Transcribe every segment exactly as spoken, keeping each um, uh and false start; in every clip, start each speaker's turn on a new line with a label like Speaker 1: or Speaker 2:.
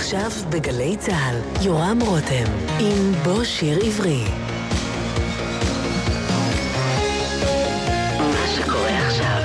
Speaker 1: עכשיו בגלי צהל, יורם רותם, עם בו שיר עברי. מה שקורה עכשיו.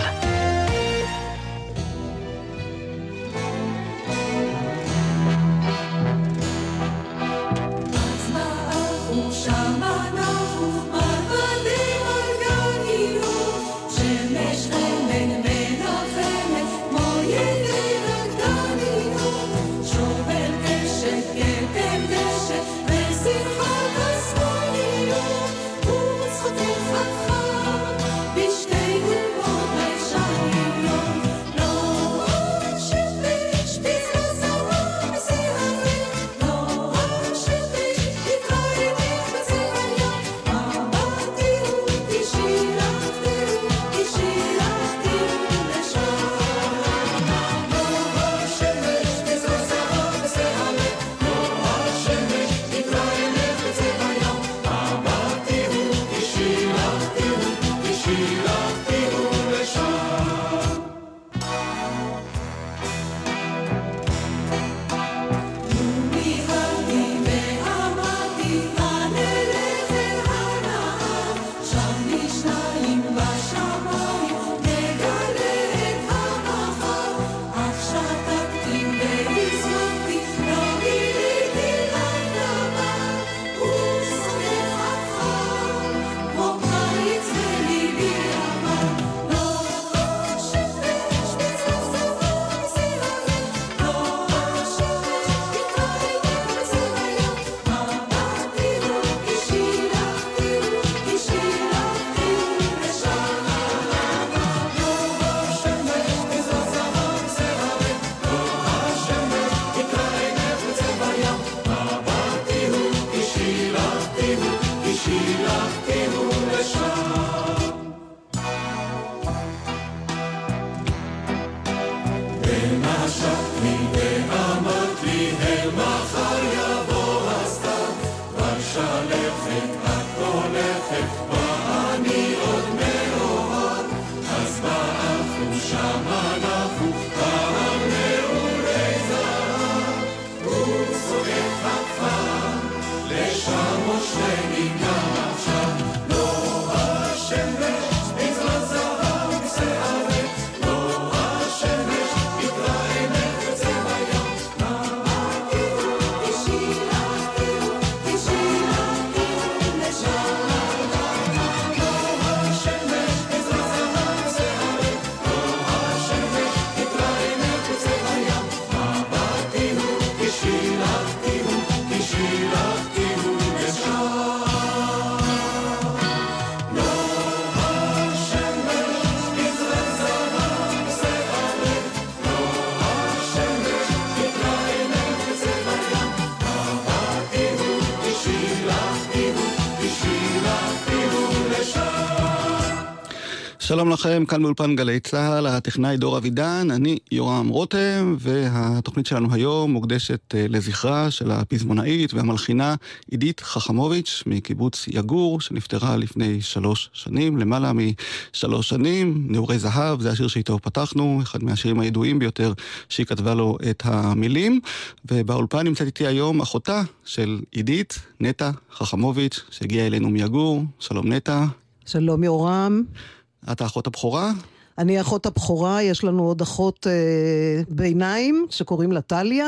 Speaker 2: שלום לכם, כאן באולפן גלי צהל, הטכנאי דור אבידן, אני יורם רותם, והתוכנית שלנו היום מוקדשת לזכרה של הפזמונאית והמלחינה עידית חכמוביץ' מקיבוץ יגור, שנפטרה לפני שלוש שנים, למעלה משלוש שנים. נעורי זהב, זה השיר שאיתו פתחנו, אחד מהשירים הידועים ביותר שהיא כתבה לו את המילים, ובאולפן נמצאת איתי היום אחותה של עידית, נטע חכמוביץ', שהגיעה אלינו מיגור. שלום נטע.
Speaker 3: שלום יורם.
Speaker 2: את האחות הבכורה?
Speaker 3: אני האחות הבכורה, יש לנו עוד אחות אה, ביניים שקוראים לה טליה,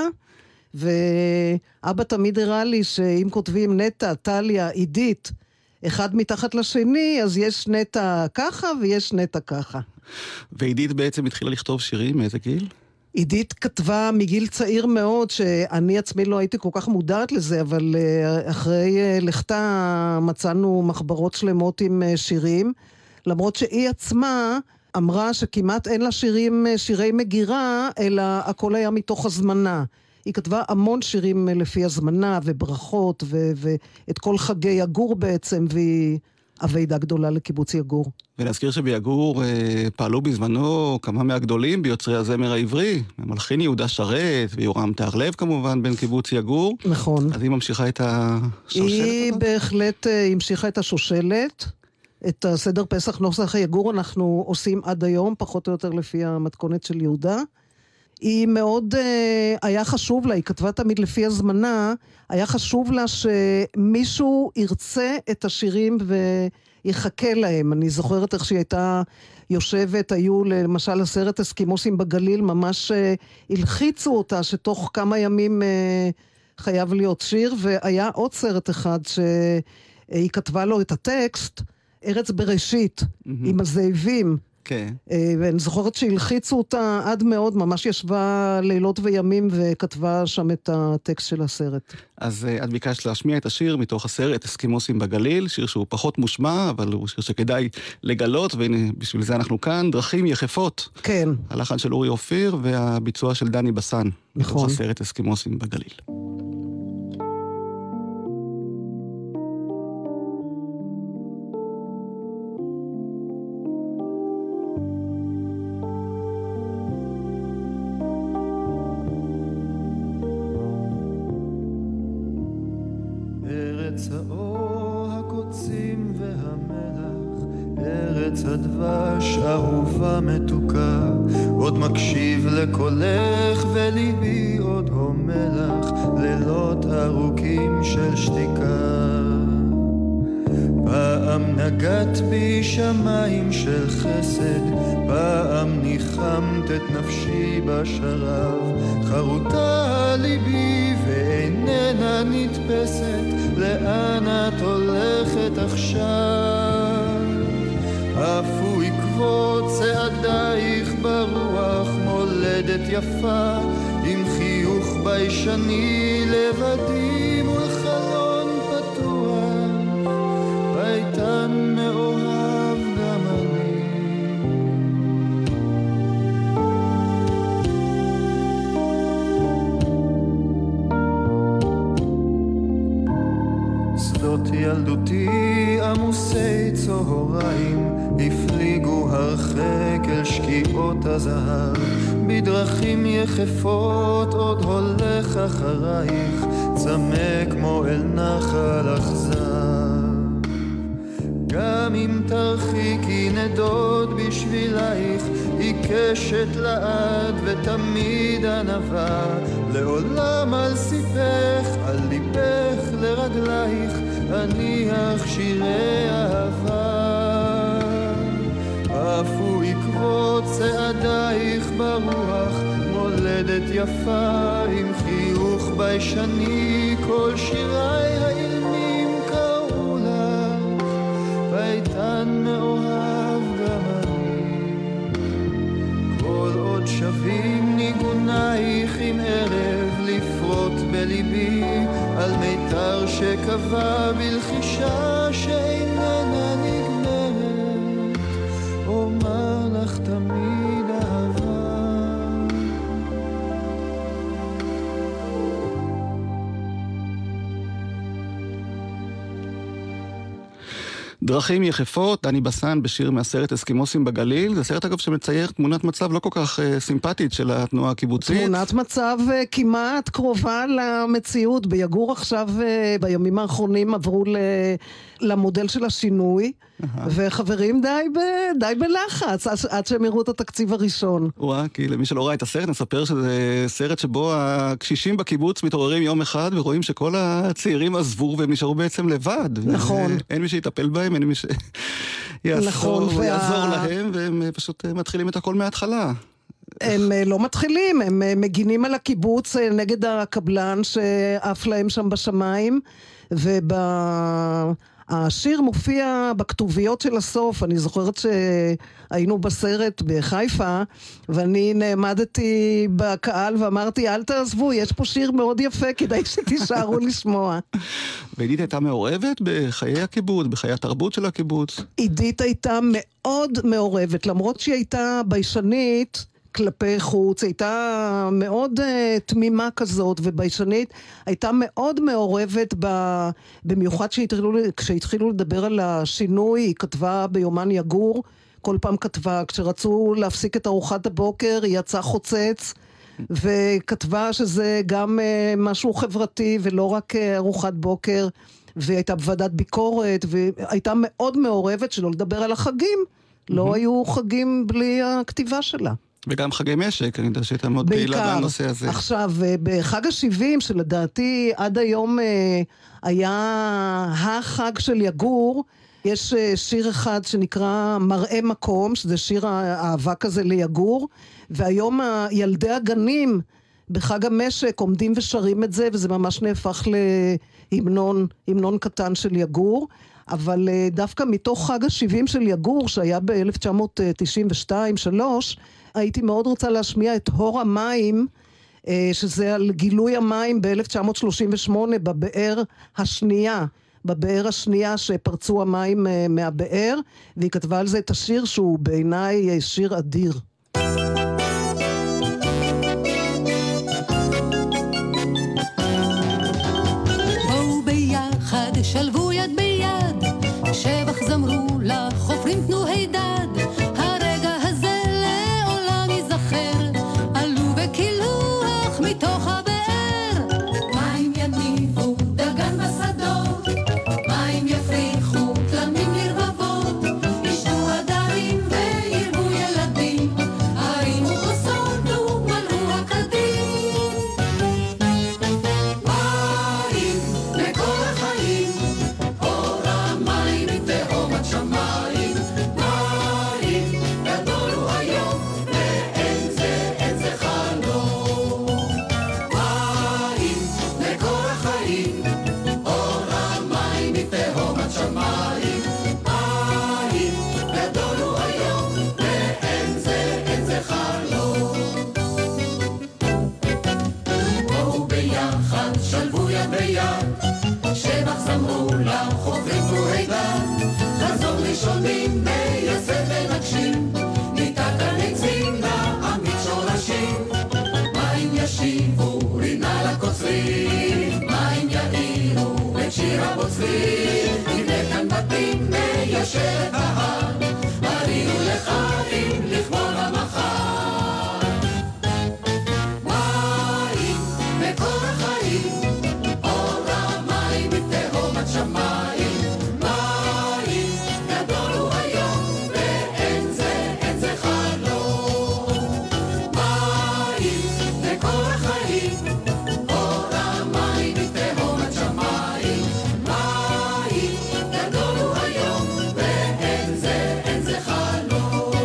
Speaker 3: ואבא תמיד הראה לי שאם כותבים נטע, טליה, עידית, אחד מתחת לשני, אז יש נטע ככה ויש נטע ככה.
Speaker 2: ועידית בעצם התחילה לכתוב שירים, מאיזה גיל?
Speaker 3: עידית כתבה מגיל צעיר מאוד, שאני עצמי לא הייתי כל כך מודעת לזה, אבל אחרי לכתה מצאנו מחברות שלמות עם שירים, למרות שהיא עצמה אמרה שכמעט אין לה שירים, שירי מגירה, אלא הכל היה מתוך הזמנה. היא כתבה המון שירים לפי הזמנה וברכות, ו- ואת כל חגי יגור בעצם, והיא אביידה גדולה לקיבוץ יגור.
Speaker 2: ונזכיר שביגור אה, פעלו בזמנו כמה מהגדולים ביוצרי הזמר העברי, המלחין יהודה שרת ויורם תהרלב כמובן בין קיבוץ יגור.
Speaker 3: נכון.
Speaker 2: אז היא ממשיכה את השושלת
Speaker 3: היא
Speaker 2: הזאת?
Speaker 3: בהחלט אה, המשיכה את השושלת. את הסדר פסח נוסח יגור אנחנו עושים עד היום, פחות או יותר לפי המתכונת של יהודה. היא מאוד, היה חשוב לה, היא כתבה תמיד לפי הזמנה, היה חשוב לה שמישהו ירצה את השירים ויחכה להם. אני זוכרת איך שהיא הייתה יושבת, היו למשל הסרט אסקימוסים בגליל, ממש הלחיצו אותה שתוך כמה ימים חייב להיות שיר, והיה עוד סרט אחד שהיא כתבה לו את הטקסט, ארץ בראשית, mm-hmm. עם הזאבים.
Speaker 2: כן.
Speaker 3: ואני זוכרת שהלחיצו אותה עד מאוד, ממש ישבה לילות וימים וכתבה שם את הטקסט של הסרט.
Speaker 2: אז את ביקשת להשמיע את השיר מתוך הסרט אסקימוסים בגליל, שיר שהוא פחות מושמע, אבל הוא שיר שכדאי לגלות, והנה בשביל זה אנחנו כאן, דרכים יחפות.
Speaker 3: כן.
Speaker 2: הלחן של אורי אופיר והביצוע של דני בסן.
Speaker 3: נכון.
Speaker 2: מתוך הסרט אסקימוסים בגליל.
Speaker 4: ארץ האור הקוצים והמלח, ארץ הדבש אהובה מתוקה, עוד מקשיב לקולך וליבי עוד הומלח, לילות ארוכים של שתיקה. פעם נגעת בי שמיים של חסד, פעם ניחמת את נפשי בשרב, חרוטה ליבי ואיננה נתפסת, לאן את הולכת עכשיו? עפו עקבות צעדייך ברוח, מולדת יפה עם חיוך ביישני, לבדי מול חלון פתוח, ביתן מאוהב גם אני. שדות ילדותי עמוסי צהריים, הפליגו הרחק אל שקיעות הזהב, בדרכים יחפות עוד הולך אחרייך, צמא כמו אל נחל אכזב. גם אם תרחיקי נדוד בשבילייך, עיקשת לעד ותמיד ענווה, לעולם על סיפך, על ליבך לרגלייך, אניח שירי אהבה. עפו עקבות צעדייך ברוח, מולדת יפה עם חיוך ביישני, כל שירי האילמים קראו לך, ביתן מאוהב גם אני. כל עוד שווים ניגונייך עם ערב, לפרוט בליבי על מיתר שקבע בלחישה שאיננה נגמרת, אומר לך תמיד אהבה.
Speaker 2: דרכים יחפות, דני בסן בשיר מהסרט אסקימוסים בגליל. זה סרט אגב שמצייר תמונת מצב לא כל כך uh, סימפטית של התנועה הקיבוצית.
Speaker 3: תמונת מצב uh, כמעט קרובה למציאות. ביגור עכשיו, uh, בימים האחרונים עברו ל... למודל של השינוי, וחברים די, ב... די בלחץ עד, עד שהם יראו את התקציב הראשון.
Speaker 2: וואה, כי למי שלא ראה את הסרט, נספר שזה סרט שבו הקשישים בקיבוץ מתעוררים יום אחד ורואים שכל הצעירים עזבו והם נשארו בעצם לבד.
Speaker 3: נכון.
Speaker 2: אין מי שיטפל בהם, אין מי שיעזור נכון, וה... להם, והם פשוט מתחילים את הכל מההתחלה.
Speaker 3: הם לא מתחילים, הם מגינים על הקיבוץ נגד הקבלן שאף להם שם בשמיים, וב... השיר מופיע בכתוביות של הסוף. אני זוכרת שהיינו בסרט בחיפה, ואני נעמדתי בקהל ואמרתי, אל תעזבו, יש פה שיר מאוד יפה, כדאי שתישארו לשמוע.
Speaker 2: ועידית הייתה מעורבת בחיי הקיבוץ, בחיי התרבות של הקיבוץ?
Speaker 3: עידית הייתה מאוד מעורבת, למרות שהיא הייתה ביישנית, כלפי חוץ, הייתה מאוד uh, תמימה כזאת וביישנית, הייתה מאוד מעורבת ב... במיוחד שהתחילו, כשהתחילו לדבר על השינוי, היא כתבה ביומן יגור, כל פעם כתבה, כשרצו להפסיק את ארוחת הבוקר, היא יצאה חוצץ, וכתבה שזה גם uh, משהו חברתי ולא רק uh, ארוחת בוקר, והייתה בוועדת ביקורת, והייתה מאוד מעורבת, שלא לדבר על החגים, לא היו חגים בלי הכתיבה שלה.
Speaker 2: וגם חגי משק, אני יודע שהייתה מאוד פעילה בנושא הזה.
Speaker 3: עכשיו, בחג ה-שבעים, שלדעתי עד היום היה החג של יגור, יש שיר אחד שנקרא מראה מקום, שזה שיר האהבה כזה ליגור, והיום ילדי הגנים בחג המשק עומדים ושרים את זה, וזה ממש נהפך להמנון, המנון קטן של יגור. אבל דווקא מתוך חג ה-שבעים של יגור, שהיה ב-אלף תשע מאות תשעים ושתיים שלוש, הייתי מאוד רוצה להשמיע את הור המים, שזה על גילוי המים ב-אלף תשע מאות שלושים ושמונה בבאר השנייה, בבאר השנייה שפרצו המים מהבאר, והיא כתבה על זה את השיר שהוא בעיניי שיר אדיר.
Speaker 5: בואו ביחד, שלבו יד ביד, שבח זמרו לך, חופרים תנו הידד, הרגע הזה לעולם ייזכר, עלו בקילוח מתוך הבאר, מים יניבו דגן בשדות, מים יפריחו תלמים לרבבות, ישתו הדרים וירבו ילדים, הרימו חוסות ומלאו הקדים. מים לכל החיים, אור המים מתהום עד שמיים, מים גדול הוא היום ואין זה, אין זה חלום. מים לכל החיים, אור המים מתהום עד שמיים, מים גדול הוא היום ואין זה, אין זה חלום. בואו ביחד, שלבו יד ביד, שבח זמרו לך, חופרים תנו הידד, חזור ראשונים, מייסד ונגשים, ניתק הנצים להעמיד שורשים, מים ישיבו רינה לקוצרים, מים יאירו את שיר הבוצרים, נבנה כאן בתים מיישר את ההר, הריעו לחיים לכבוד המחר. מים מקור החיים, אור המים מתהום עד שמיים, מים גדול הוא היום ואין זה, אין זה חלום. מים מקור החיים, אור המים מתהום עד שמיים, מים גדול הוא היום ואין זה, אין זה חלום.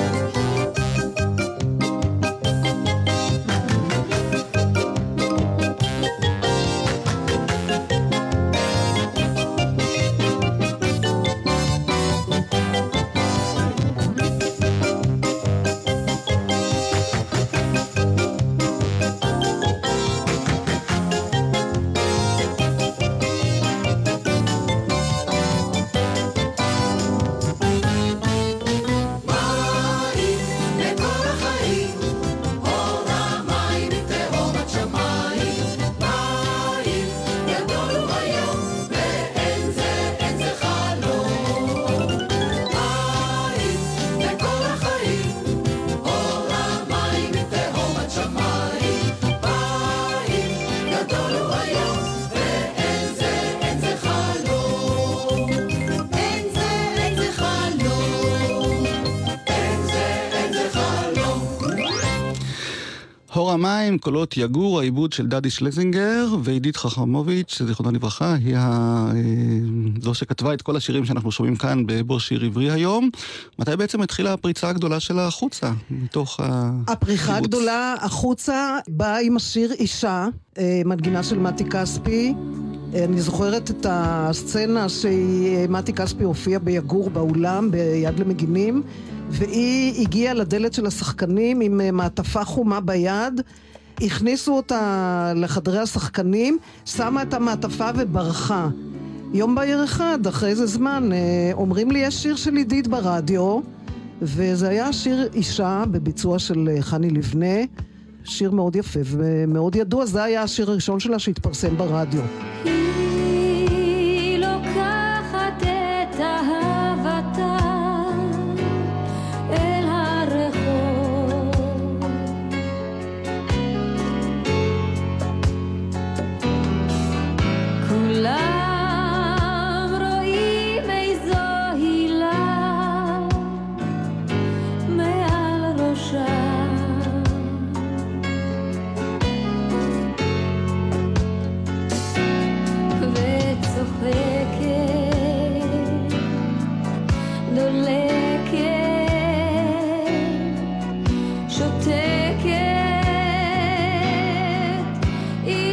Speaker 5: מים מקור החיים, אור המים מתהום עד שמיים, מים גדול הוא היום ואין זה, אין זה חלום. מים מקור החיים, אור המים מתהום עד שמיים, מים גדול הוא היום ואין זה, אין זה חלום. אין זה, אין זה חלום. אין זה, אין זה חלום.
Speaker 2: הור המים, קולות יגור, העיבוד של דדי שלזינגר, ועידית חכמוביץ', זיכרונה לברכה, היא ה... אה, זו שכתבה את כל השירים שאנחנו שומעים כאן בבוא שיר עברי היום. מתי בעצם התחילה הפריצה הגדולה שלה החוצה, מתוך הקיבוץ?
Speaker 3: הפריחה הגדולה החוצה באה עם השיר אישה, אה, מנגינה של מתי כספי. אה, אני זוכרת את הסצנה שמתי כספי הופיע ביגור באולם, ביד למגינים, והיא הגיעה לדלת של השחקנים עם אה, מעטפה חומה ביד, הכניסו אותה לחדרי השחקנים, שמה את המעטפה וברחה. יום בהיר אחד, אחרי איזה זמן, אה, אומרים לי, יש שיר של עידית ברדיו, וזה היה שיר אישה בביצוע של אה, חני לבנה, שיר מאוד יפה ומאוד ידוע, זה היה השיר הראשון שלה שהתפרסם ברדיו.
Speaker 5: היא לוקחת את אהבתה אל הרחוב, כולם רואים איזו הילה מעל ראשה,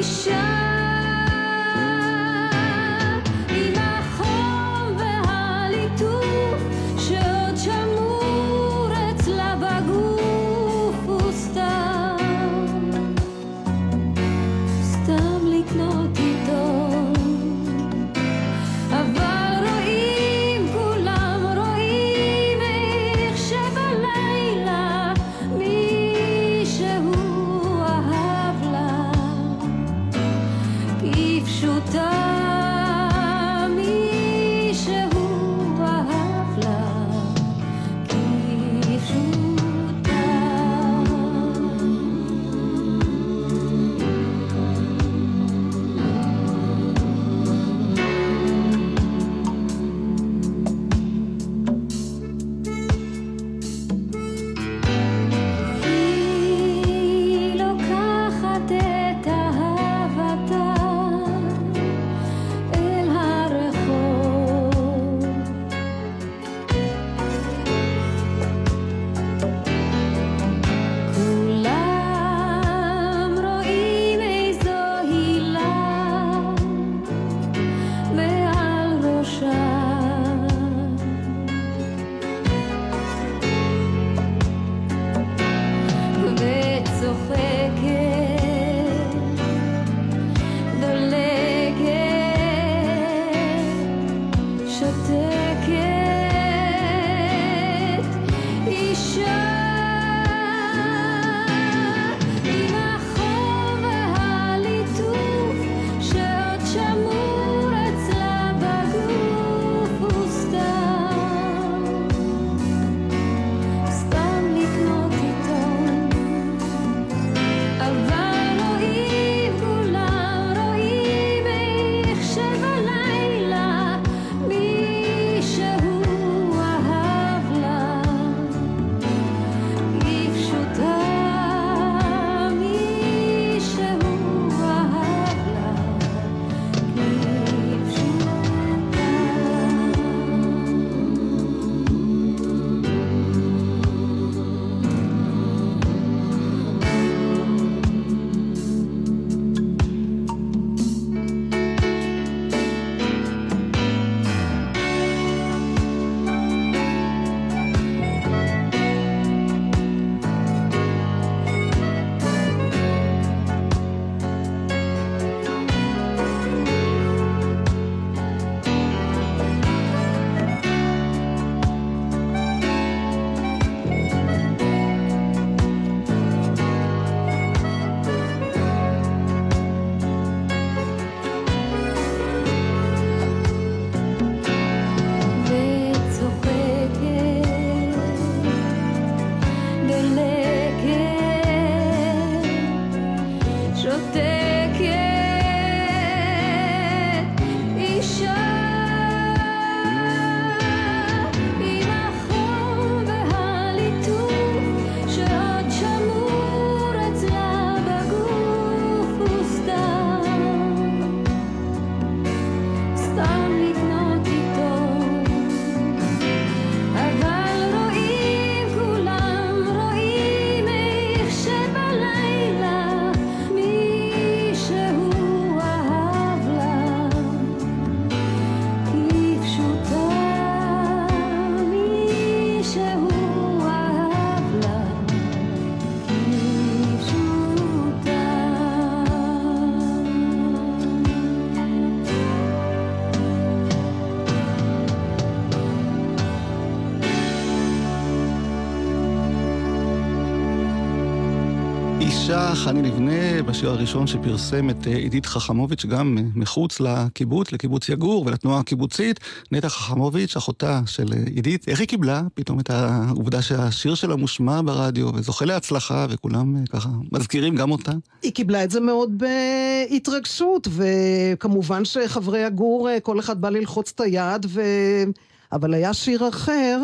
Speaker 2: אישה, חני לבנה, בשיר הראשון שפרסם את עידית חכמוביץ', גם מחוץ לקיבוץ, לקיבוץ יגור ולתנועה הקיבוצית. נטע חכמוביץ', אחותה של עידית, איך היא קיבלה פתאום את העובדה שהשיר שלה מושמע ברדיו וזוכה להצלחה, וכולם ככה מזכירים גם אותה?
Speaker 3: היא קיבלה את זה מאוד בהתרגשות, וכמובן שחברי הגור, כל אחד בא ללחוץ את היד, ו... אבל היה שיר אחר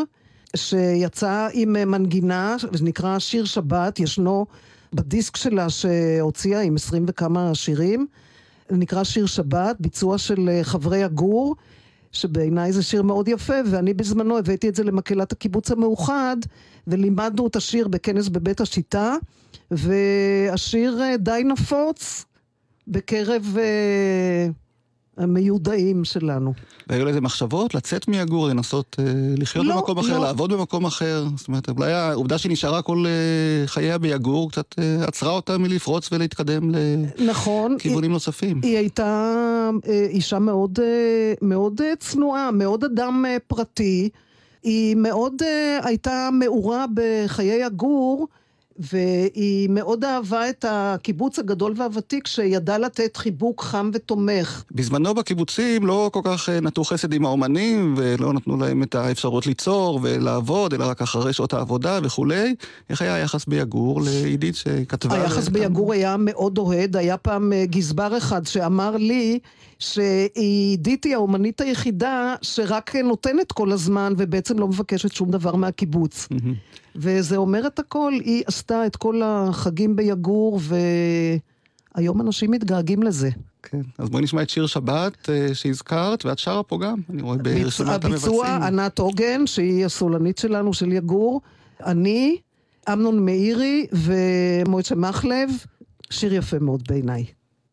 Speaker 3: שיצא עם מנגינה, ונקרא שיר שבת, ישנו בדיסק שלה שהוציאה עם עשרים וכמה שירים, נקרא שיר שבת, ביצוע של חברי הגור, שבעיניי זה שיר מאוד יפה, ואני בזמנו הבאתי את זה למקהלת הקיבוץ המאוחד, ולימדנו את השיר בכנס בבית השיטה, והשיר די נפוץ, בקרב אה, המיודעים שלנו.
Speaker 2: והיו לזה מחשבות לצאת מיגור, לנסות אה, לחיות
Speaker 3: לא,
Speaker 2: במקום אחר,
Speaker 3: לא.
Speaker 2: לעבוד במקום אחר. זאת אומרת, אולי העובדה שנשארה כל אה, חייה ביגור, קצת אה, עצרה אותה מלפרוץ ולהתקדם
Speaker 3: נכון,
Speaker 2: לכיוונים
Speaker 3: היא,
Speaker 2: נוספים.
Speaker 3: היא הייתה אה, אישה מאוד, אה, מאוד אה, צנועה, מאוד אדם אה, פרטי. היא מאוד אה, הייתה מעורה בחיי הגור, והיא מאוד אהבה את הקיבוץ הגדול והוותיק שידע לתת חיבוק חם ותומך.
Speaker 2: בזמנו בקיבוצים לא כל כך נטו חסד עם האומנים, ולא נתנו להם את האפשרות ליצור ולעבוד, אלא רק אחרי שעות העבודה וכולי. איך היה היחס ביגור לעידית שכתבה?
Speaker 3: היחס ביגור היה מאוד אוהד. היה פעם גזבר אחד שאמר לי שעידית היא האומנית היחידה שרק נותנת כל הזמן ובעצם לא מבקשת שום דבר מהקיבוץ. וזה אומר את הכל. היא עשתה את כל החגים ביגור, והיום אנשים מתגעגעים לזה.
Speaker 2: כן, אז בואי נשמע את שיר שבת שהזכרת, ואת שרה פה גם, אני רואה ברשימת המבצעים.
Speaker 3: הביצוע, ענת עוגן, שהיא הסולנית שלנו של יגור, אני, אמנון מאירי ומויצ'ה מחלב, שיר יפה מאוד בעיניי.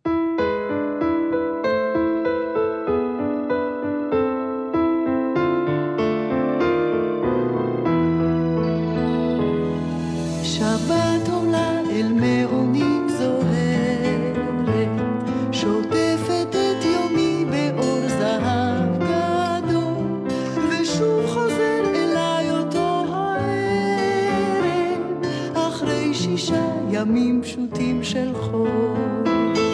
Speaker 6: שבת עולה אל מרונים זוהרת, שוטפת את יומי באור זהב גדול, ושוב חוזר אליי אותו הערב, אחרי שישה ימים פשוטים של חול.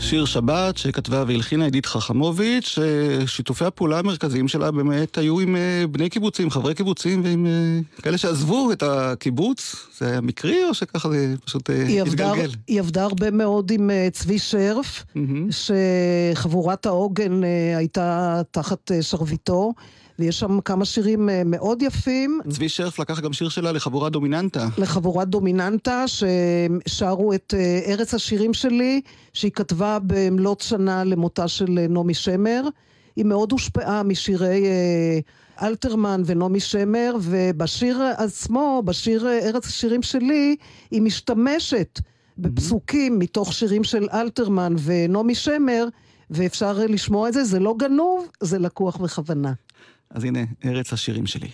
Speaker 2: שיר שבת שכתבה והלחינה עידית חכמוביץ', שיתופי הפעולה המרכזיים שלה באמת היו עם בני קיבוצים, חברי קיבוצים ועם כאלה שעזבו את הקיבוץ. זה היה מקרי או שככה זה פשוט
Speaker 3: היא עבדה,
Speaker 2: התגלגל?
Speaker 3: היא עבדה הרבה מאוד עם צבי שרף, mm-hmm. שחבורת העוגן הייתה תחת שרביטו, ויש שם כמה שירים מאוד יפים.
Speaker 2: צבי שרף לקח גם שיר שלה לחבורת דומיננטה.
Speaker 3: לחבורת דומיננטה, ששרו את ארץ השירים שלי, שהיא כתבה במלאת שנה למותה של נעמי שמר. היא מאוד הושפעה משירי אלתרמן ונעמי שמר, ובשיר עצמו, בשיר ארץ השירים שלי, היא משתמשת בפסוקים מתוך שירים של אלתרמן ונעמי שמר, ואפשר לשמוע את זה, זה לא גנוב, זה לקוח בכוונה.
Speaker 2: אז הנה, ארץ השירים שלי.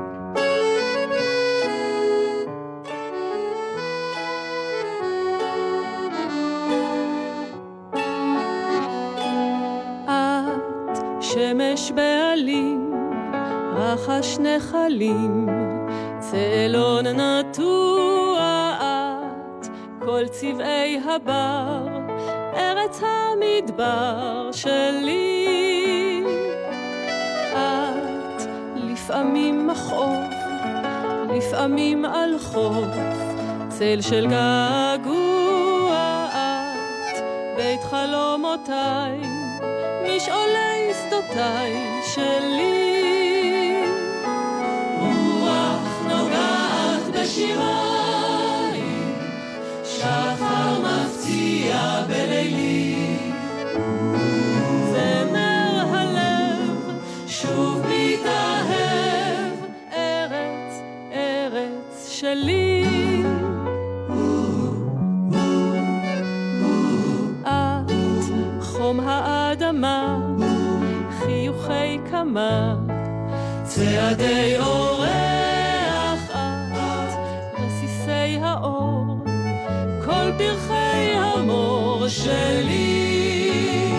Speaker 7: את שמש בעלים, רחש נחלים, צלון נטוע את, כל צבעי הבר, ארץ המדבר שלי. את לפעמים מחוף, לפעמים על חוף, צל של געגוע את, בית חלומותיי, משעולי שדותיי שלי. רוח נוגעת בשיריי, שחר מפציע בלילי, זמר הלב שוב מתאהב, ארץ, ארץ שלי. את חום האדמה, חיוכי כמה, צעדי אורח את, רסיסי האור, כל פרחי המור שלי.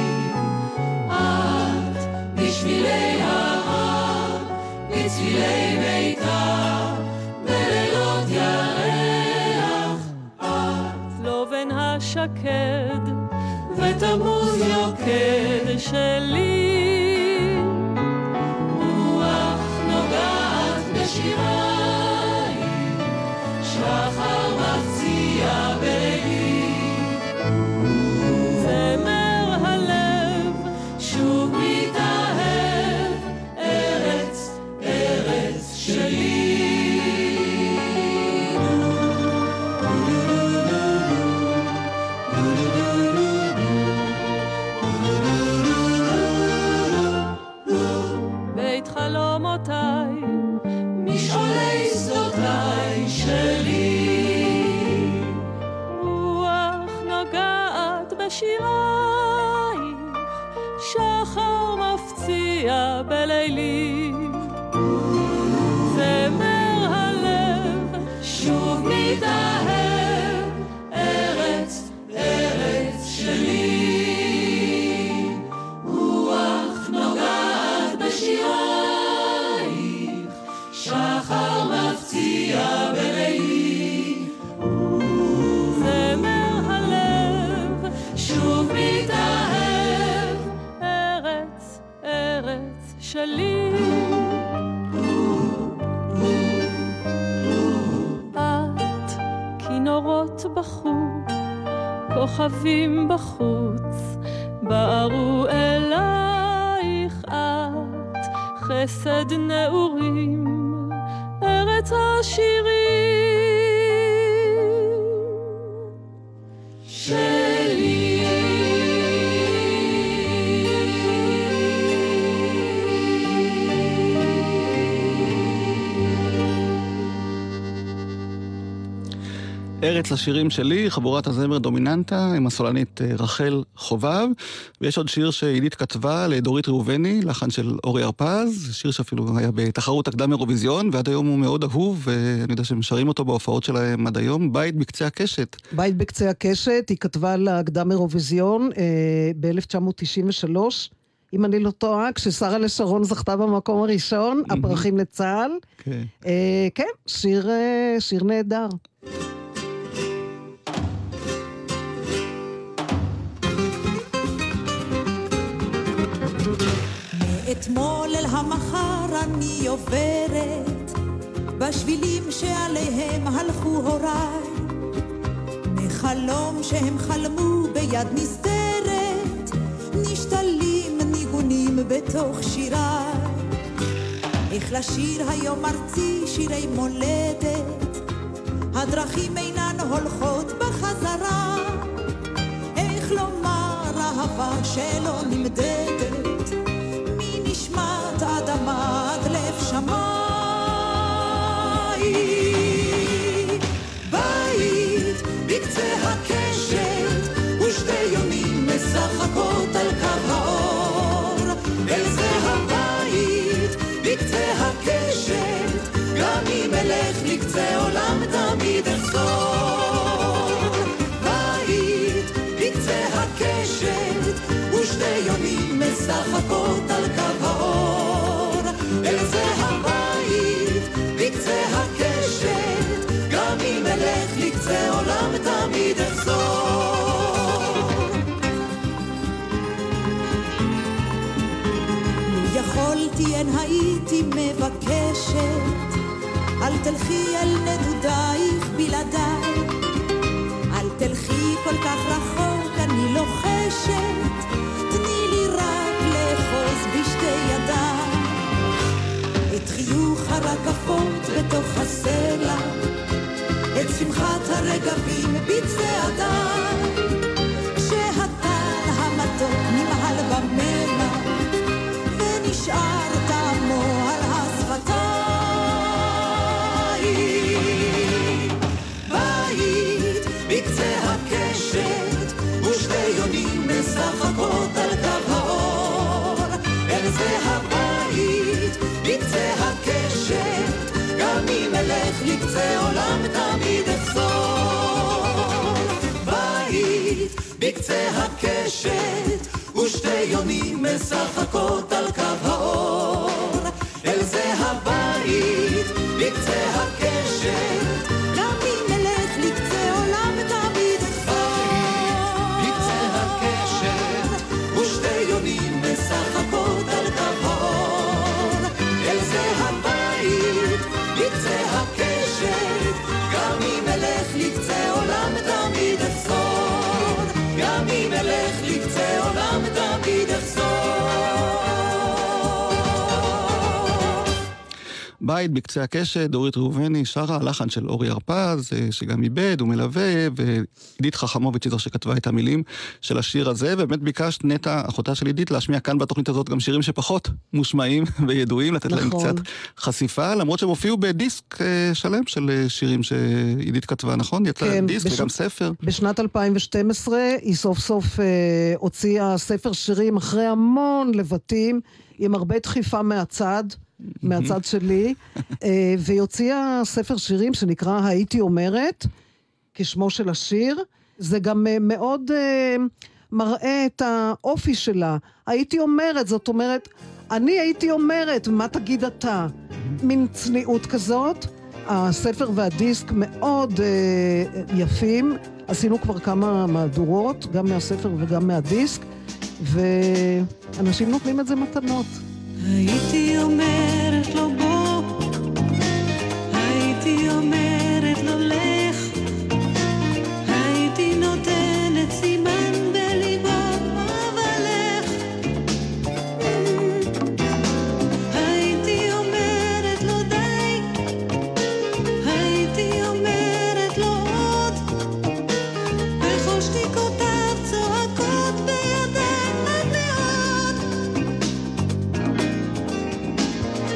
Speaker 7: את בשבילי ההר, בצבילי ביתה, בלילות ירח. את לובן השקד ותמוז יוקד שלי. רוח נוגעת בשיריי, שחר מפציע בלילי, זמר הלב שוב מתאהב, ארץ, ארץ שלי. בית חלומותיי, משעולי שדותיי שלי. רוח נוגעת בשירייך, שחר מפציע בלילי, זמר הלב שוב מתאהב, ארץ, ארץ שלי. רוח נוגעת בשירייך, שחר מפציע בלילי, זמר הלב שוב מתאהב, ארץ, ארץ שלי. את כינורות בחוץ, כוכבים בחוץ, בערו אלייך את, חסד נעורים, ארץ השירים שלי.
Speaker 2: ארץ השירים שלי, חבורת הזמר דומיננטה, עם הסולנית רחל חובב, ויש עוד שיר שעידית כתבה לדורית ראובני, לחן של אורי הרפז, שיר שאפילו היה בתחרות הקדם אירוויזיון, ועד היום הוא מאוד אהוב, ואני יודע שהם שרים אותו בהופעות שלהם עד היום, בית בקצה הקשת.
Speaker 3: בית בקצה הקשת, היא כתבה לקדם אירוויזיון אה, ב-אלף תשע מאות תשעים ושלוש, אם אני לא טועה, כששרה לשרון זכתה במקום הראשון, הפרחים לצהל.
Speaker 2: כן.
Speaker 3: אה, כן, שיר, אה, שיר נהדר.
Speaker 8: אתמול אל המחר אני עוברת בשבילים שעליהם הלכו הוריי, מחלום שהם חלמו ביד נסתרת נשתלים ניגונים בתוך שיריי. איך לשיר היום ארצי שירי מולדת, הדרכים אינן הולכות בחזרה, איך לומר אהבה שלא נמדדת מנשמת אדמה עד לב שמיים. בית בקצה הקשת ושתי יונים משחקות על קו האור, אל זה הבית בקצה הקשת, גם אם אלך לקצה עולם תמיד אחזור. בית בקצה הקשת ושתי יונים משחקות על קו האור, אל זה הבית בקצה הקשת, גם אם אלך לקצה עולם תמיד אחזור. לו יכולתי אין הייתי מבקשת, אל תלכי אל נדודייך בלעדיי, אל תלכי כל כך רחוק אני לוחשת, תני לי רק לאחוז בשתי ידיי את חיוך הרקפות בתוך הסלע, את שמחת הרגבים בצעדיי, כשהטל המתוק נמהל במלח ונשאר טעמו על השפתיים. בית בקצה הקשת ושתי יונים משחקות על קו האור, אל זה הבית בקצה הקשת, גם אם אלך לקצה עולם תמיד אחזור. בית בקצה הקשת ושתי יונים משחקות על קו האור, אל זה הבית בקצה הקשת, גם אם אלך לקצה עולם תמיד אחזור. בקצה הקשת ושתי יונים משחקות על קו האור, אל זה הבית בקצה הקשת, גם אם אלך לקצה עולם תמיד אחזור. גם אם אלך לקצה עולם תמיד אחזור.
Speaker 2: בית בקצה הקשת, דורית ראובני שרה, הלחן של אורי הרפז, שגם איבד ומלווה, ועידית חכמוביץ' זו שכתבה את המילים של השיר הזה, ובאמת ביקשת נטע, אחותה של עידית, להשמיע כאן בתוכנית הזאת גם שירים שפחות מושמעים וידועים, לתת להם
Speaker 3: נכון.
Speaker 2: קצת חשיפה, למרות שהם הופיעו בדיסק שלם של שירים שעידית כתבה, נכון? יצא
Speaker 3: כן,
Speaker 2: דיסק
Speaker 3: בש...
Speaker 2: וגם ספר.
Speaker 3: בשנת אלפיים ושתים עשרה היא סוף סוף אה, הוציאה ספר שירים אחרי המון לבטים, עם הרבה דחיפה מהצד, מהצד שלי, אה, והיא הוציאה ספר שירים שנקרא הייתי אומרת, כשמו של השיר. זה גם אה, מאוד אה, מראה את האופי שלה. הייתי אומרת, זאת אומרת, אני הייתי אומרת, מה תגיד אתה? מין צניעות כזאת. הספר והדיסק מאוד אה, יפים, עשינו כבר כמה מהדורות, גם מהספר וגם מהדיסק, ואנשים נותנים את זה מתנות.
Speaker 6: הייתי אומרת לו בוא, הייתי אומרת לו לך, הייתי נותנת סימן בליבו אבל לך, הייתי אומרת לו די, הייתי אומרת לו עוד, בכל שתיקותיו צועקות בידיי עד מאוד.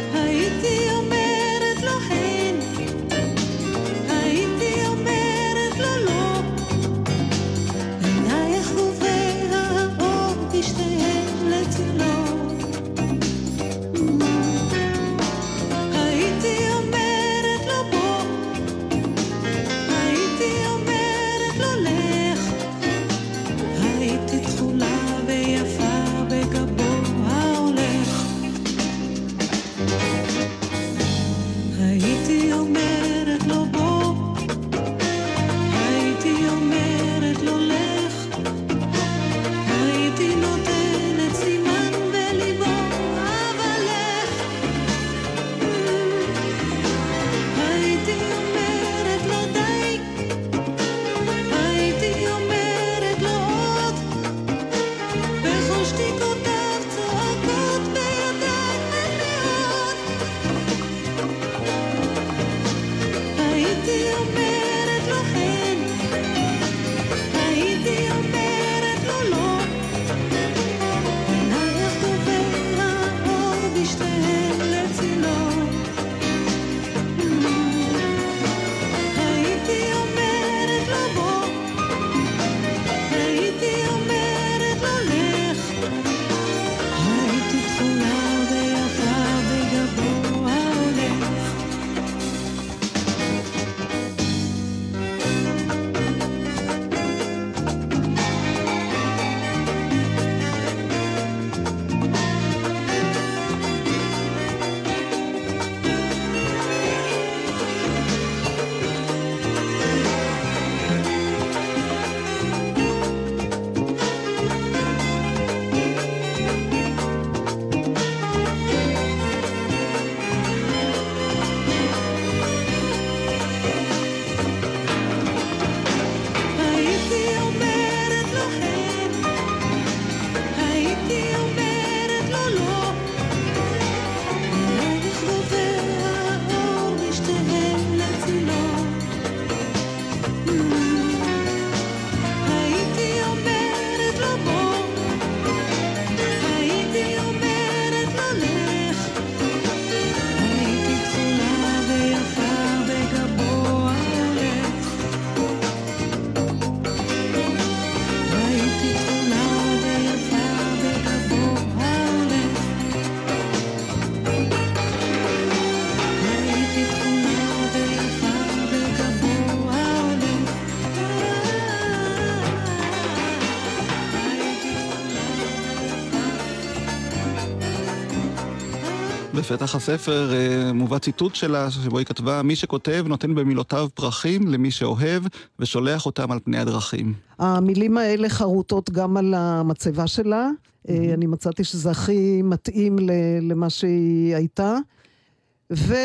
Speaker 2: בפתח הספר מובא ציטוט שלה, שבו היא כתבה, מי שכותב נותן במילותיו פרחים למי שאוהב, ושולח אותם על פני הדרכים.
Speaker 3: המילים האלה חרוטות גם על המצבה שלה. אני מצאתי שזה הכי מתאים למה שהיא הייתה. וזהו,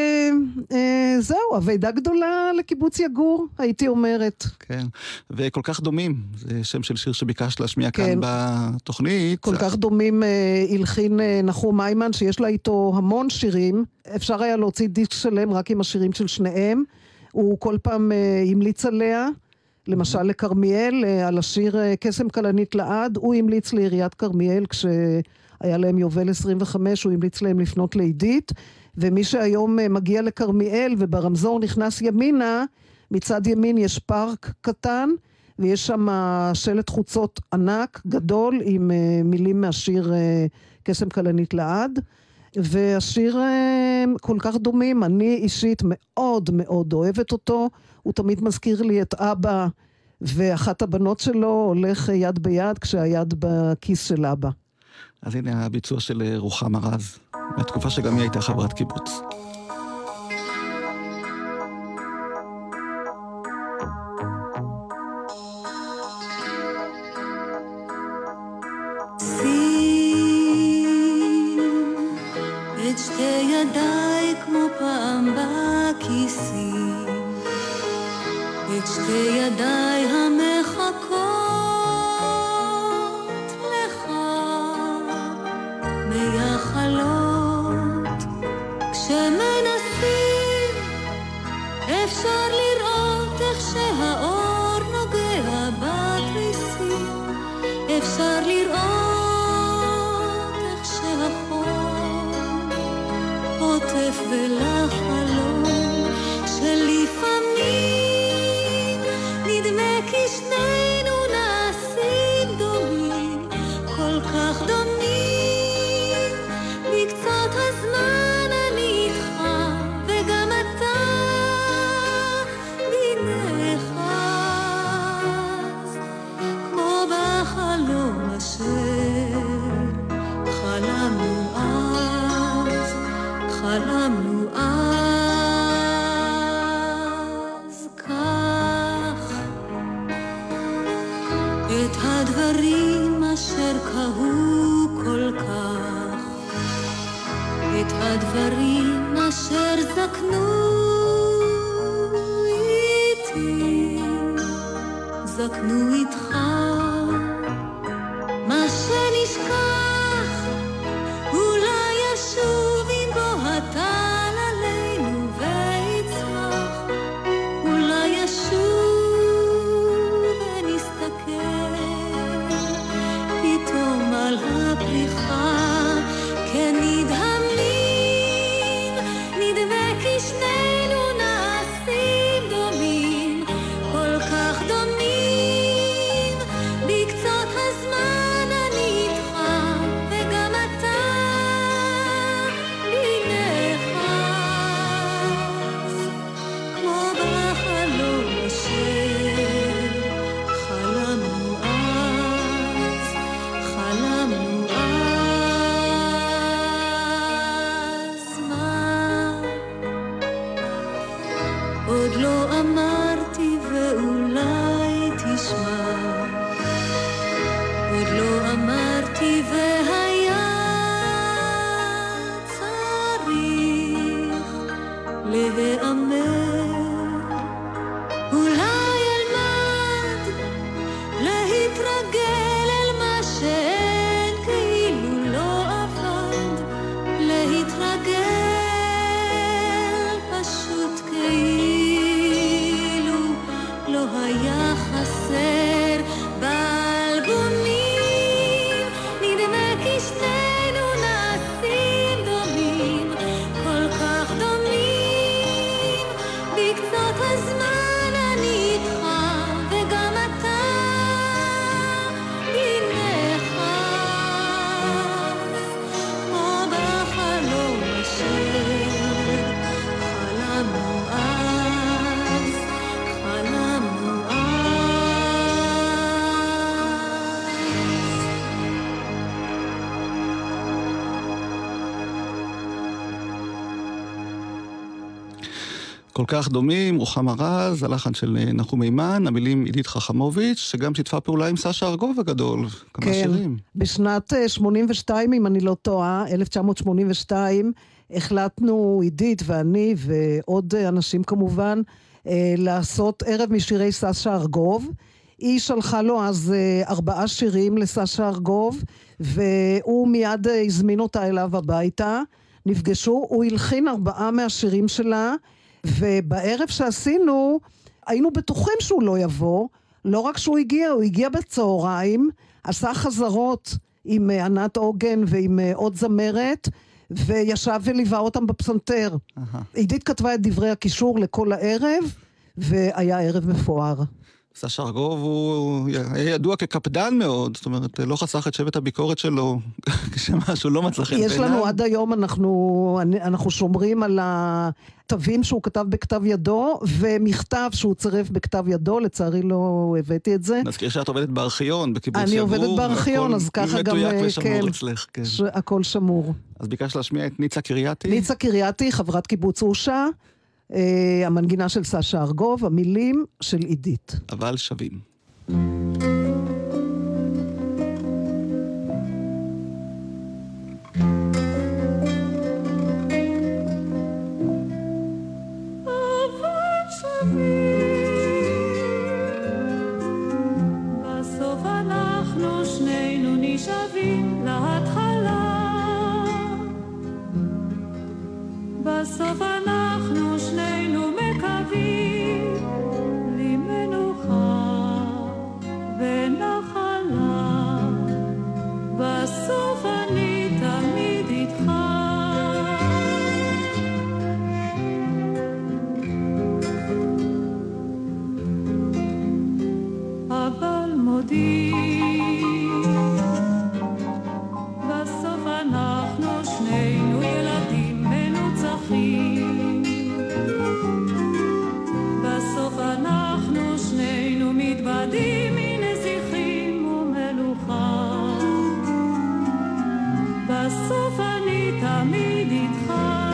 Speaker 3: הוועידה גדולה לקיבוץ יגור, הייתי אומרת.
Speaker 2: כן, וכל כך דומים. זה שם של שיר שביקשת להשמיע כאן בתוכנית.
Speaker 3: כל כך דומים הלחין נחום היימן, שיש לה איתו המון שירים. אפשר היה להוציא דיסק שלם רק עם השירים של שניהם. הוא כל פעם המליץ עליה, למשל לקרמיאל, על השיר קסם כלנית לעד. הוא המליץ לעיריית קרמיאל, כשהיה להם יובל עשרים וחמש, הוא המליץ להם לפנות לעידית. ומי שהיום מגיע לקרמיאל וברמזור נכנס ימינה, מצד ימין יש פארק קטן, ויש שם שלט חוצות ענק, גדול, עם מילים מהשיר קסם כלנית לעד, והשיר כל כך דומים, אני אישית מאוד מאוד אוהבת אותו, הוא תמיד מזכיר לי את אבא, ואחת הבנות שלו הולך יד ביד, כשהיד בכיס של אבא.
Speaker 2: אז הנה הביצוע של רוחמה רז, מהתקופה שגם היא הייתה חברת קיבוץ.
Speaker 6: שים את שתי ידיי כמו פעם בכיסים, את שתי ידיי המחכות מייחלות, כשמנסים אפשר לראות איך שהאור נוגע בתריסים, אפשר לראות איך שהחול עוטף ולחלום, שלפעמים נדמה כי שנינו נעשים דומים, כל כך דומים, בקצות הזמן אני איתך, וגם אתה בי נאחז, כמו בחלום אשר חלמנו אז, חלמנו אז. כך את הדברים אשר קהו כל כך, את הדברים אשר זקנו איתי, זקנו איתך, מה שנשכח אולי ישוב אם בו הטל עלינו ויצמח, אולי ישוב ונסתכל פתאום על הפריחה, כנדהמים, נדמה כי שנינו נעשים דומים, כל כך דומים, בקצות הזמן אני איתך, וגם אתה בי נאחז, כמו בחלום אשר חלמנו אז, חלמנו עוד לא אמרתי ואולי תשמע, עוד לא אמרתי והיה צריך להיאמר, אולי אלמד להתרגל אל מה שאין כאילו לא עבד, להתרגל פשוט כאילו לא היה חסר באלבומים, נדמה כי שנינו נעשים דומים, כל כך דומים,
Speaker 2: כל כך דומים, רוחמה רז, הלחן של נחום מימן, המילים עידית חכמוביץ', שגם שיתפה פעולה עם סשה ארגוב הגדול, כמה
Speaker 3: כן,
Speaker 2: שירים.
Speaker 3: בשנת שמונים ושתיים, אם אני לא טועה, אלף תשע מאות שמונים ושתיים, החלטנו עידית ואני ועוד אנשים כמובן, לעשות ערב משירי סשה ארגוב. היא שלחה לו אז ארבעה שירים לסשה ארגוב, והוא מיד הזמין אותה אליו הביתה, נפגשו, הוא הלחין ארבעה מהשירים שלה, ובערב שעשינו, היינו בטוחים שהוא לא יבוא, לא רק שהוא הגיע, הוא הגיע בצהריים, עשה חזרות עם ענת עוגן ועם עוד זמרת, וישב וליווה אותם בפסנתר. עידית כתבה את דברי הקישור לכל הערב, והיה ערב מפואר.
Speaker 2: סשה ארגוב הוא היה ידוע כקפדן מאוד, זאת אומרת, לא חסך את שבט הביקורת שלו, כשמשהו לא מצא חן בעיניו.
Speaker 3: יש לנו עד היום, אנחנו, אנחנו שומרים על התווים שהוא כתב בכתב ידו, ומכתב שהוא צירף בכתב ידו, לצערי לא הבאתי את זה.
Speaker 2: נזכיר שאת עובדת בארכיון, בקיבוץ
Speaker 3: אני
Speaker 2: שבור.
Speaker 3: עובדת בארכיון, אז ככה גם,
Speaker 2: מדויק ושמור
Speaker 3: כן,
Speaker 2: אצלך, כן.
Speaker 3: הכל שמור.
Speaker 2: אז ביקשת להשמיע את ניצה קרייתי?
Speaker 3: ניצה קרייתי, חברת קיבוץ אושה, Uh, המנגינה של סשה ארגוב, המילים של עידית.
Speaker 2: אבל שווים.
Speaker 7: אבל שווים, בסוף אנחנו שנינו נשאבים להתחלה, בסוף אנחנו שנינו מקווים לי מנוחה ונחלה, בסוף אני תמיד איתך. אבל מודי בסוף אנחנו שנינו ילדים מנוצחים, בסוף אנחנו שנינו מתבדים מנזיכים ומלוכה, בסוף אני תמיד איתך.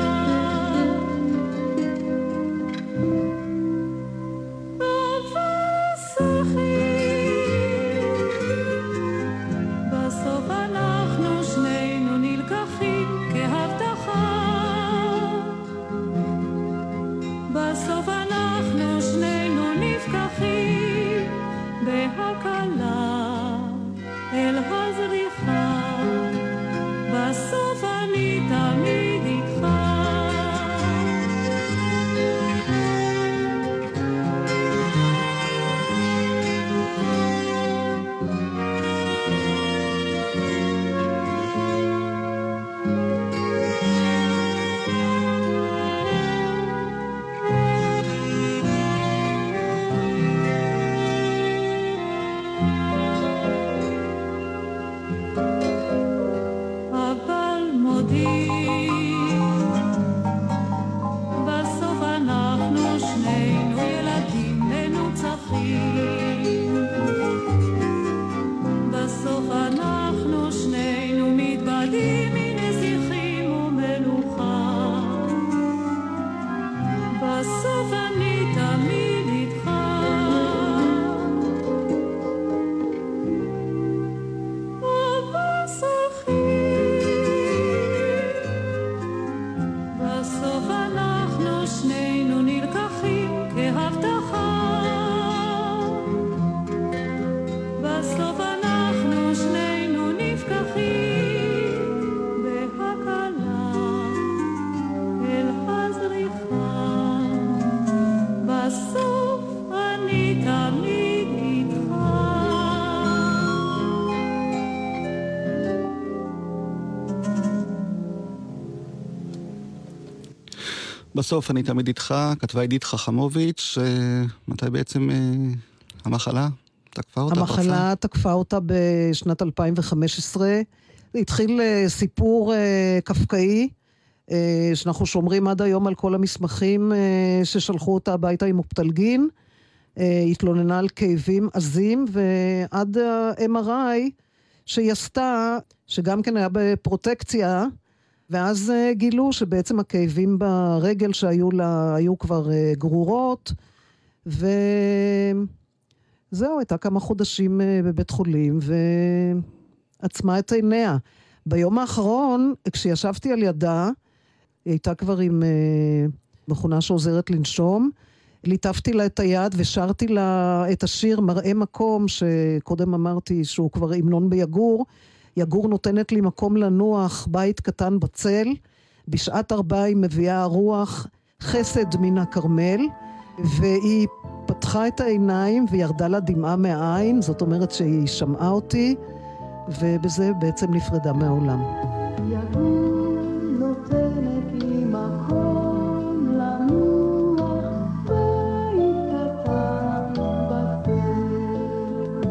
Speaker 7: בסוף אנחנו שנינו נלקחים כהבטחה, בסוף אנחנו שנינו נפקחים בהקלה אל הזריחה, בסוף אני תמיד איתך. בסוף אנחנו שנינו ילדים מנוצחים, בסוף אנחנו שנינו מתבדים מנזיכים ומלוכה, בסוף אני תמיד איתך. בסוף אנחנו שנינו נלקחים כהבטחה, בסוף אנחנו שנינו נפקחים בהקלה אל הזריחה, בסוף אני תמיד איתך.
Speaker 2: בסוף אני תמיד איתך, כתבה עידית חכמוביץ', מתי בעצם המחלה תקפה אותה?
Speaker 3: המחלה תקפה אותה בשנת אלפיים וחמש עשרה, התחיל סיפור קפקאי, שאנחנו שומרים עד היום על כל המסמכים ששלחו אותה הביתה עם אופטלגין, התלוננה על כאבים עזים, ועד ה-אם אר איי שהיא עשתה, שגם כן היה בפרוטקציה, ואז גילו שבעצם הכאבים ברגל שהיו לה, היו כבר גרורות, וזהו, הייתה כמה חודשים בבית חולים, ועצמה את עיניה. ביום האחרון, כשישבתי על ידה, היא הייתה כבר עם מכונה שעוזרת לנשום, ליטפתי לה את היד ושרתי לה את השיר מראה מקום, שקודם אמרתי שהוא כבר המנון ביגור. יגור נותנת לי מקום לנוח, בית קטן בצל, בשעת ארבע היא מביאה הרוח חסד מן הכרמל, והיא פתחה את העיניים וירדה לה דמעה מהעין, זאת אומרת שהיא שמעה אותי, ובזה בעצם נפרדה מהעולם.
Speaker 5: יגור נותנת לי מקום לנוח, בית קטן בצל,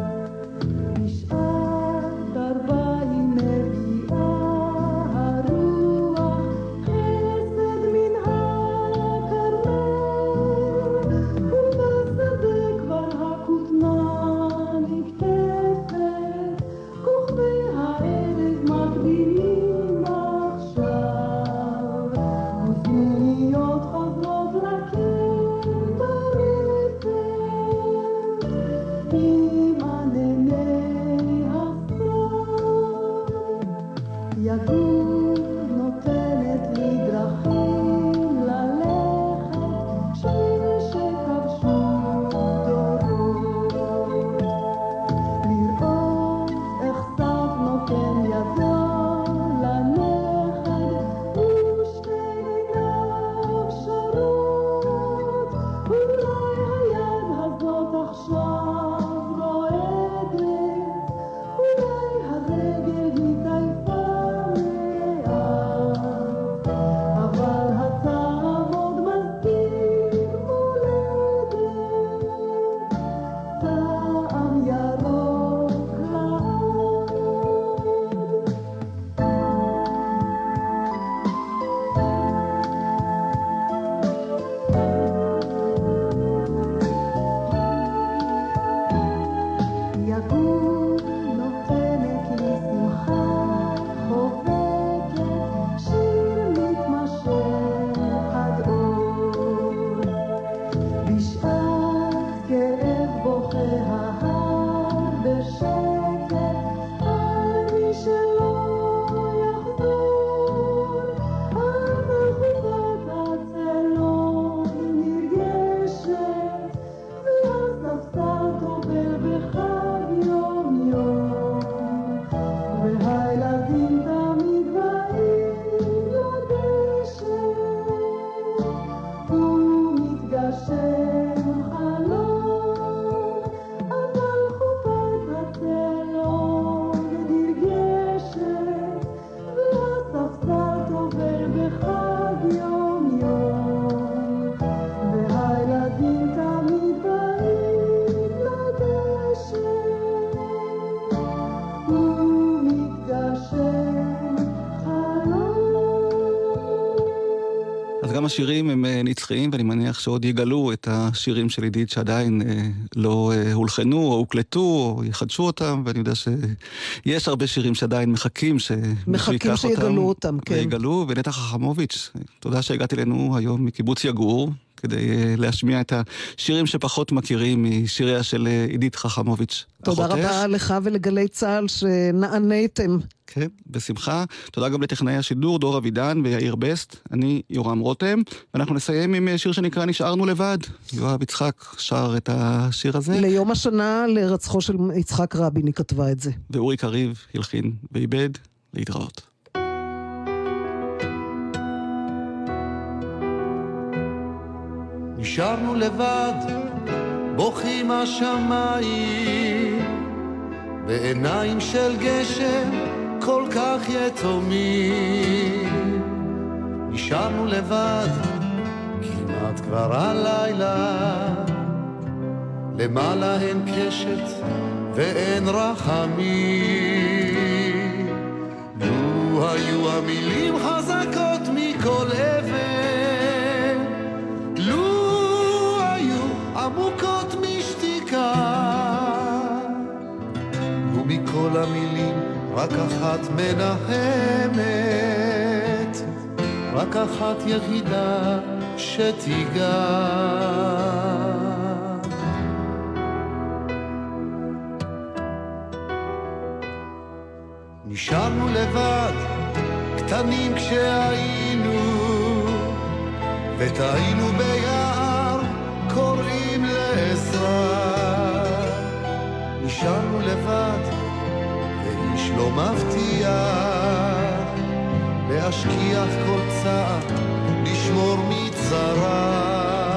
Speaker 5: בשעת ארבע היא מביאה הרוח חסד מן הכרמל, ובשדה כבר הכותנה נקטפת, כוכבי הערב מקדימים עכשיו, וזמיניות חוזרות לקן ברפת, עם ענני הסתיו. יגור נותנת לי דרכים ללכת, שביל שכבשו דורות, לראות איך סף נותן ידו לנכד, ושתי עיניו שרות. אולי היד הזאת עכשיו רועדת, אולי הרגל היא טייפה לאט, אבל הטעם עוד מזכיר מולדת, טעם ירוק לעד. יגור נותנת לי שמחה חובקת, שיר מתמשך עד אור, בשעת כאב בוכה ההר בשקט, על מי שלא יחזור, אבל חופת הצלון נרגשת, והספסל טובל בחג יום יום, והילדים תמיד באים לדשא, ומתגשם חלום, אבל חופת הצלון נרגשת, והספסל טובל בחג יום יום, והילדים תמיד באים לדשא, ומתגשם חלום.
Speaker 2: אז גם השירים הם אה, נצחיים, ואני מניח שעוד יגלו את השירים של עידית שעדיין אה, לא אה, הולחנו או הוקלטו או יחדשו אותם, ואני יודע שיש הרבה שירים שעדיין מחכים שמישהו
Speaker 3: מחכים
Speaker 2: ייקח אותם.
Speaker 3: שיגלו אותם, כן.
Speaker 2: ויגלו, ונטע חכמוביץ', תודה שהגעת אלינו היום מקיבוץ יגור, כדי אה, להשמיע את השירים שפחות מכירים משיריה של אה, עידית חכמוביץ'.
Speaker 3: תודה
Speaker 2: אחותך.
Speaker 3: רבה לך ולגלי צה"ל שנעניתם.
Speaker 2: כן, בשמחה. תודה גם לטכנאי השידור, דור אבידן ויאיר בסט. אני יורם רותם, ואנחנו נסיים עם שיר שנקרא נשארנו לבד. יואב יצחק שר את השיר הזה,
Speaker 3: ליום השנה לרצחו של יצחק רבין היא כתבה את זה.
Speaker 2: ואורי קריב הלחין ואיבד. להתראות.
Speaker 4: נשארנו לבד, בוכים השמיים, בעיניים של גשם כל כך יתומים. נשארנו לבד, כמעט כבר הלילה, למעלה אין קשת ואין רחמים. לו היו המילים חזקות מכל אבן, לו היו עמוקות משתיקה, לו מכל המילים רק אחת מנחמת, רק אחת יחידה שתיגע. נשארנו לבד, קטנים כשהיינו, וטעינו ביער, קוראים לעזרה. נשארנו לבד, ואיש לא מבטיח, להשכיח כל צער, לשמור מצרה.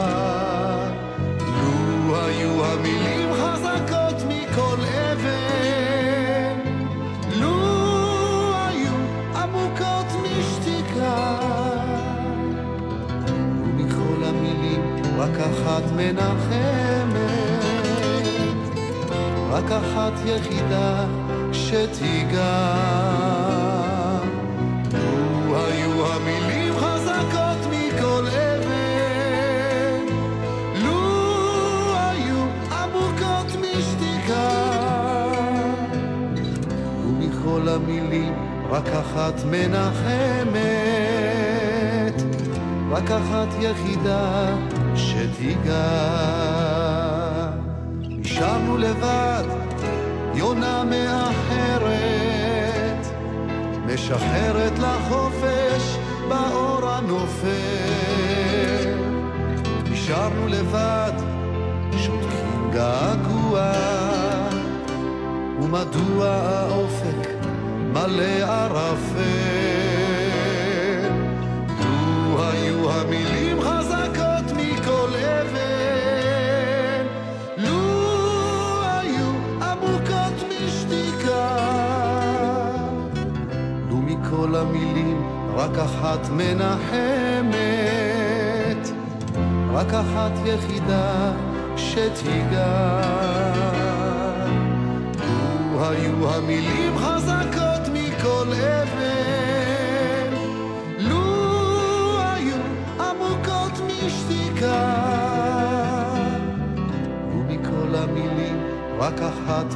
Speaker 4: לו היו המילים חזקות מכל אבן, לו היו עמוקות משתיקה, ומכל המילים רק אחת מנחמת, רק אחת יחידה שתיגע. לו היו המילים חזקות מכל אבן, לו היו עמוקות משתיקה, ומכל המילים רק אחת מנחמת, רק אחת יחידה שתיגע. נשארנו לבד, יונה מאחרת, משחררת לחופש באור הנופל. נשארנו לבד, שותקים געגוע, ומדוע האופק מלא ערפל. לו היו המילים חזקות מכל אבן, לו היו עמוקות משתיקה, לו מכל המילים רק אחת מנחמת, רק אחת יחידה שתיגע. לו היו המילים חזקות מכל אבן, לו היו עמוקות משתיקה, ומכל המילים רק אחת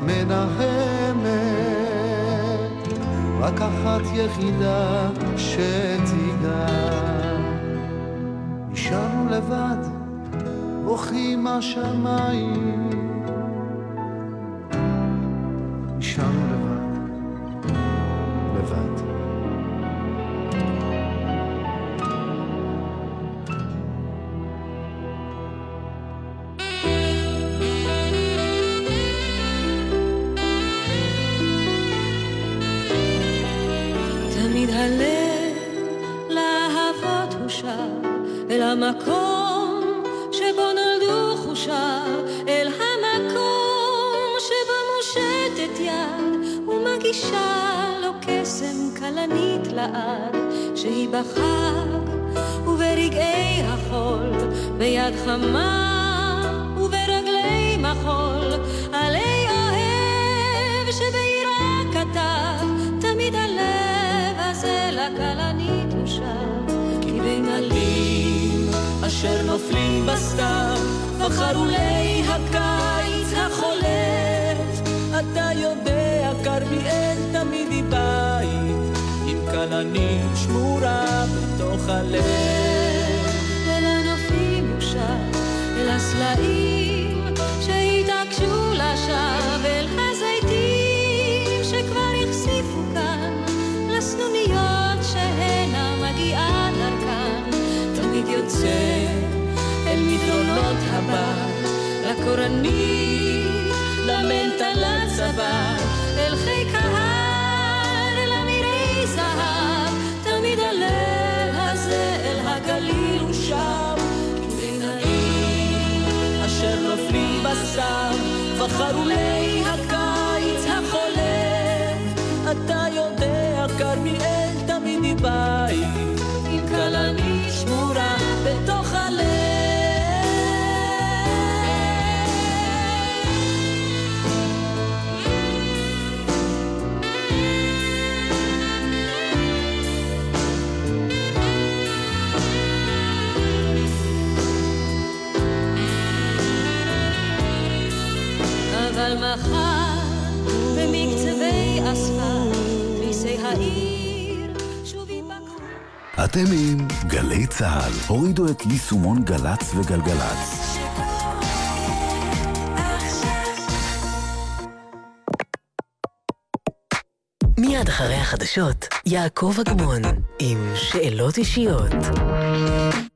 Speaker 4: מנחמת, רק אחת יחידה שתיגע. נשארנו לבד, בוכים השמיים, נשארנו לבד, לבד.
Speaker 6: תמיד הלב לאהבות הוא שר, אל המקום שבו נולדו חושיו, אל המקום שבו מושטת יד ומגישה לו קסם כלנית לעד, שהיא בחג וברגעי החול, ביד חמה וברגלי מחול, עלי אוהב שבעירה כתב, תמיד הלב הזה לכלנית הוא שר. כי בין עלים אשר נופלים בסתיו וחרולי הקיץ החולף, אתה יודע כרמיאל תמיד היא בית עם כלנית שמורה בתוך הלב. אל הנופים יושר, אל הסלעים שהתעקשו לשווא, אל הזיתים שכבר החשיפו כאן, לסנוניות שהנה מגיעה דרכן, תמיד יוצא אל מדרונות הבר, לקורנית, למנטה, לצבא, אל חיק ההר, אל אמירי זהב, תמיד הלב הזה אל הגליל ושם. כי בין העיר אשר נופלים בסתיו וחרולי הקיץ החולף, אתה יודע כרמיאל תמיד היא בית עם כלנית שמורה בתוך הלב. אבל מחר במקצבי אספלט, מיסי העיר שוב ייפקחו.
Speaker 9: אתם עם גלי צהל. הורידו את יישומון גלץ וגלגלץ.
Speaker 1: מיד אחרי החדשות, יעקב אגמון עם שאלות אישיות.